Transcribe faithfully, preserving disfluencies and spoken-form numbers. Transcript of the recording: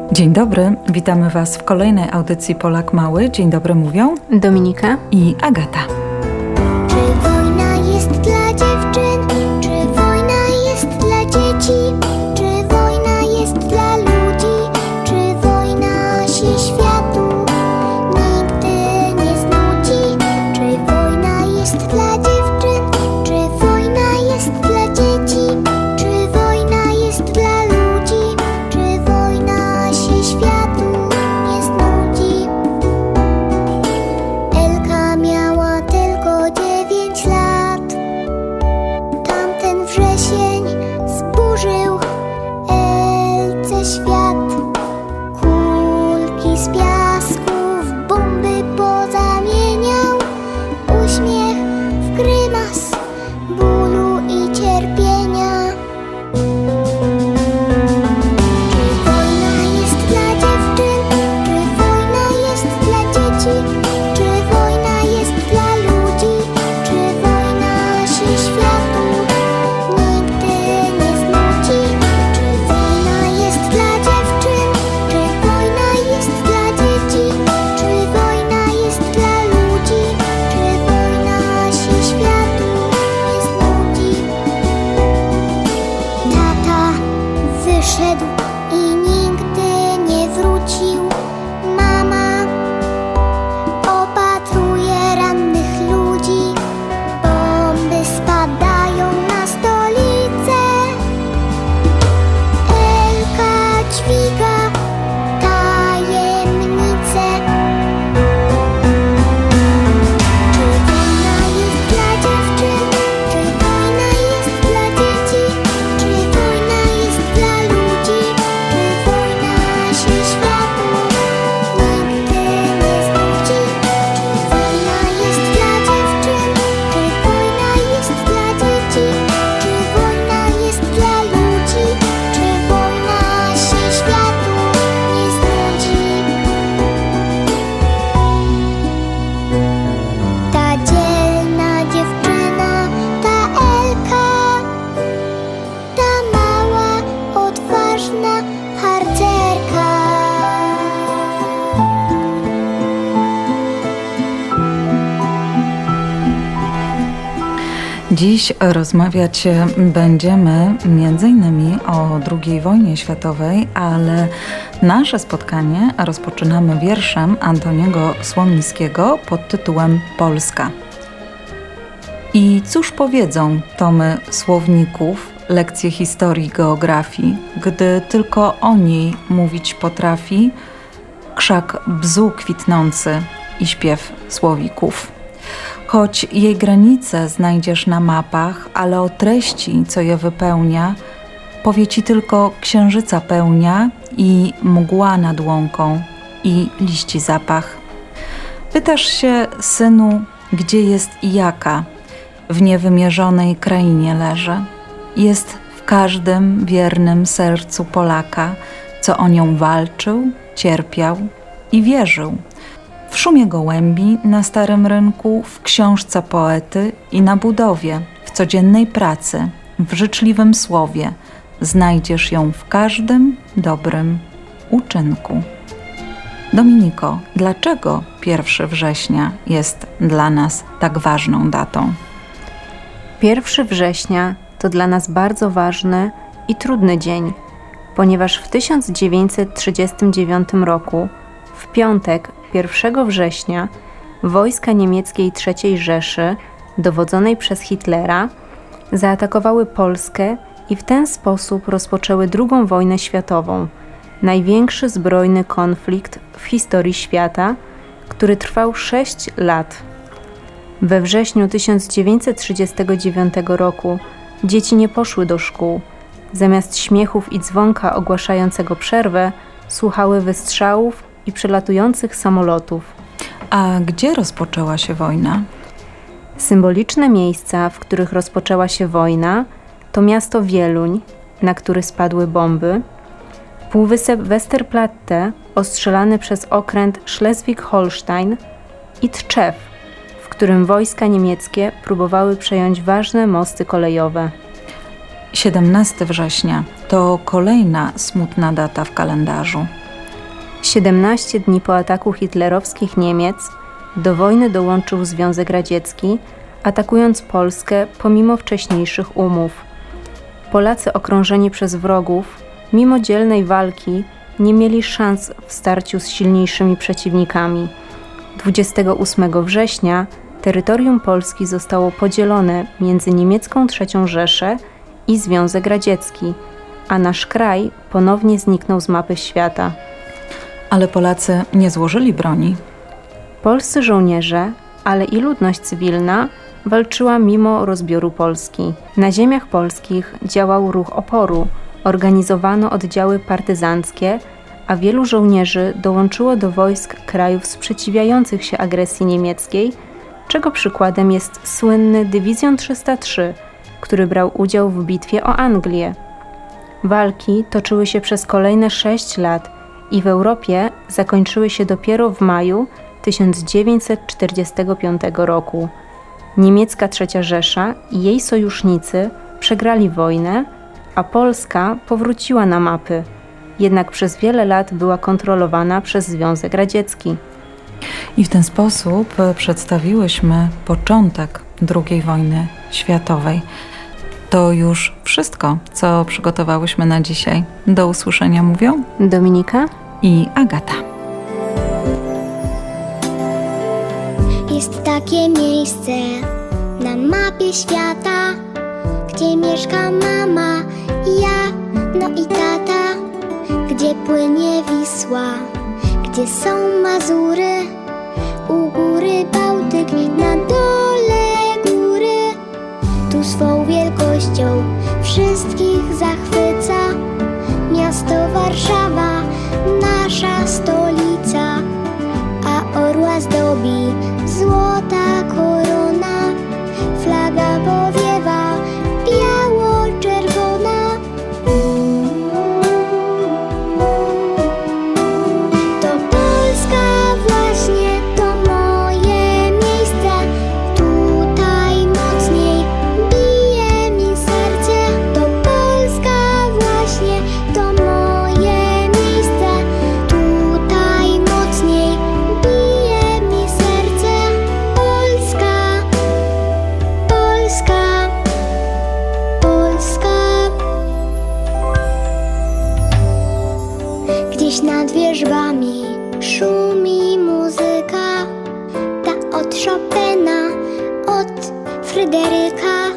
Dzień dobry, witamy Was w kolejnej audycji Polak Mały. Dzień dobry mówią Dominika i Agata. Czy wojna jest dla dziewczyn? Czy wojna jest dla dzieci? Czy wojna jest dla ludzi? Czy wojna się światu nigdy nie znudzi? Czy wojna jest dla dziewczyn? Czy wojna jest dla dzieci? Czy wojna jest dla ludzi? Czy wojna się światu nie znudzi? Elka miała tylko dziewięć lat. Tamten wrzesień zburzył Elce świat. Kulki z piasku w bomby pozamieniał. Uśmiech w grymas bólu i cierpienia. Czy wojna jest dla dziewczyn? Czy wojna jest dla dzieci? Czy wojna jest dla ludzi? Czy wojna się światu nigdy nie znudzi? Czy wojna jest dla dziewczyn? Czy wojna jest dla dzieci? Czy wojna jest dla ludzi? Czy wojna się światu nie znudzi? Tata wyszedł i nigdy nie wrócił. Mama opatruje rannych ludzi. Bomby spadają na stolicę. Elka dźwiga tajemnicę. Czy wojna jest dla dziewczyn? Czy wojna jest dla dzieci? Czy wojna jest dla ludzi? Czy wojna się światu nigdy nie znudzi? Czy wojna jest dla dziewczyn? Czy wojna jest dla dzieci? Czy wojna jest dla ludzi? Czy wojna się światu nie znudzi? Ta dzielna dziewczyna, ta Elka, ta mała, odważna harcerka. Dziś rozmawiać będziemy między innymi o drugiej wojnie światowej, ale nasze spotkanie rozpoczynamy wierszem Antoniego Słomnickiego pod tytułem Polska. I cóż powiedzą tomy słowników, lekcje historii, geografii, gdy tylko o niej mówić potrafi krzak bzu kwitnący i śpiew słowików. Choć jej granice znajdziesz na mapach, ale o treści, co je wypełnia, powie ci tylko księżyca pełnia i mgła nad łąką i liści zapach. Pytasz się, synu, gdzie jest i jaka? W niewymierzonej krainie leży. Jest w każdym wiernym sercu Polaka, co o nią walczył, cierpiał i wierzył. W szumie gołębi na starym rynku, w książce poety i na budowie, w codziennej pracy, w życzliwym słowie znajdziesz ją w każdym dobrym uczynku. Dominiko, dlaczego pierwszego września jest dla nas tak ważną datą? pierwszego września to dla nas bardzo ważny i trudny dzień, ponieważ w tysiąc dziewięćset trzydziestym dziewiątym roku, w piątek pierwszego września, wojska niemieckiej trzeciej Rzeszy, dowodzonej przez Hitlera, zaatakowały Polskę i w ten sposób rozpoczęły drugą wojnę światową, największy zbrojny konflikt w historii świata, który trwał sześć lat. We wrześniu tysiąc dziewięćset trzydziestego dziewiątego roku dzieci nie poszły do szkół. Zamiast śmiechów i dzwonka ogłaszającego przerwę, słuchały wystrzałów i przelatujących samolotów. A gdzie rozpoczęła się wojna? Symboliczne miejsca, w których rozpoczęła się wojna, to miasto Wieluń, na który spadły bomby, półwysep Westerplatte, ostrzelany przez okręt Schleswig-Holstein, i Tczew, w którym wojska niemieckie próbowały przejąć ważne mosty kolejowe. siedemnastego września to kolejna smutna data w kalendarzu. siedemnaście dni po ataku hitlerowskich Niemiec do wojny dołączył Związek Radziecki, atakując Polskę pomimo wcześniejszych umów. Polacy okrążeni przez wrogów, mimo dzielnej walki, nie mieli szans w starciu z silniejszymi przeciwnikami. dwudziestego ósmego września terytorium Polski zostało podzielone między niemiecką trzecią Rzeszę i Związek Radziecki, a nasz kraj ponownie zniknął z mapy świata. Ale Polacy nie złożyli broni. Polscy żołnierze, ale i ludność cywilna walczyła mimo rozbioru Polski. Na ziemiach polskich działał ruch oporu, organizowano oddziały partyzanckie, a wielu żołnierzy dołączyło do wojsk krajów sprzeciwiających się agresji niemieckiej, czego przykładem jest słynny Dywizjon trzysta trzy, który brał udział w bitwie o Anglię. Walki toczyły się przez kolejne sześć lat i w Europie zakończyły się dopiero w maju tysiąc dziewięćset czterdziestego piątego roku. Niemiecka trzecia Rzesza i jej sojusznicy przegrali wojnę, a Polska powróciła na mapy, jednak przez wiele lat była kontrolowana przez Związek Radziecki. I w ten sposób przedstawiłyśmy początek drugiej wojny światowej. To już wszystko, co przygotowałyśmy na dzisiaj. Do usłyszenia mówią Dominika i Agata. Jest takie miejsce na mapie świata, gdzie mieszka mama, ja, no i tata, gdzie płynie Wisła, gdzie są Mazury, u góry Bałtyk, na dole góry. Tu swą wielkością wszystkich zachwyca miasto Warszawa, nasza stolica, a orła zdobi złota korona, flaga powiewa biało-czerwona. To Polska właśnie, to moje miejsce, tutaj mocniej bije mi serce. To Polska właśnie, to moje miejsce, tutaj mocniej bije mi serce. Polska, Polska, Polska. Gdzieś nad wierzbami szumi muzyka, ta od Chopina, od Fryderyka.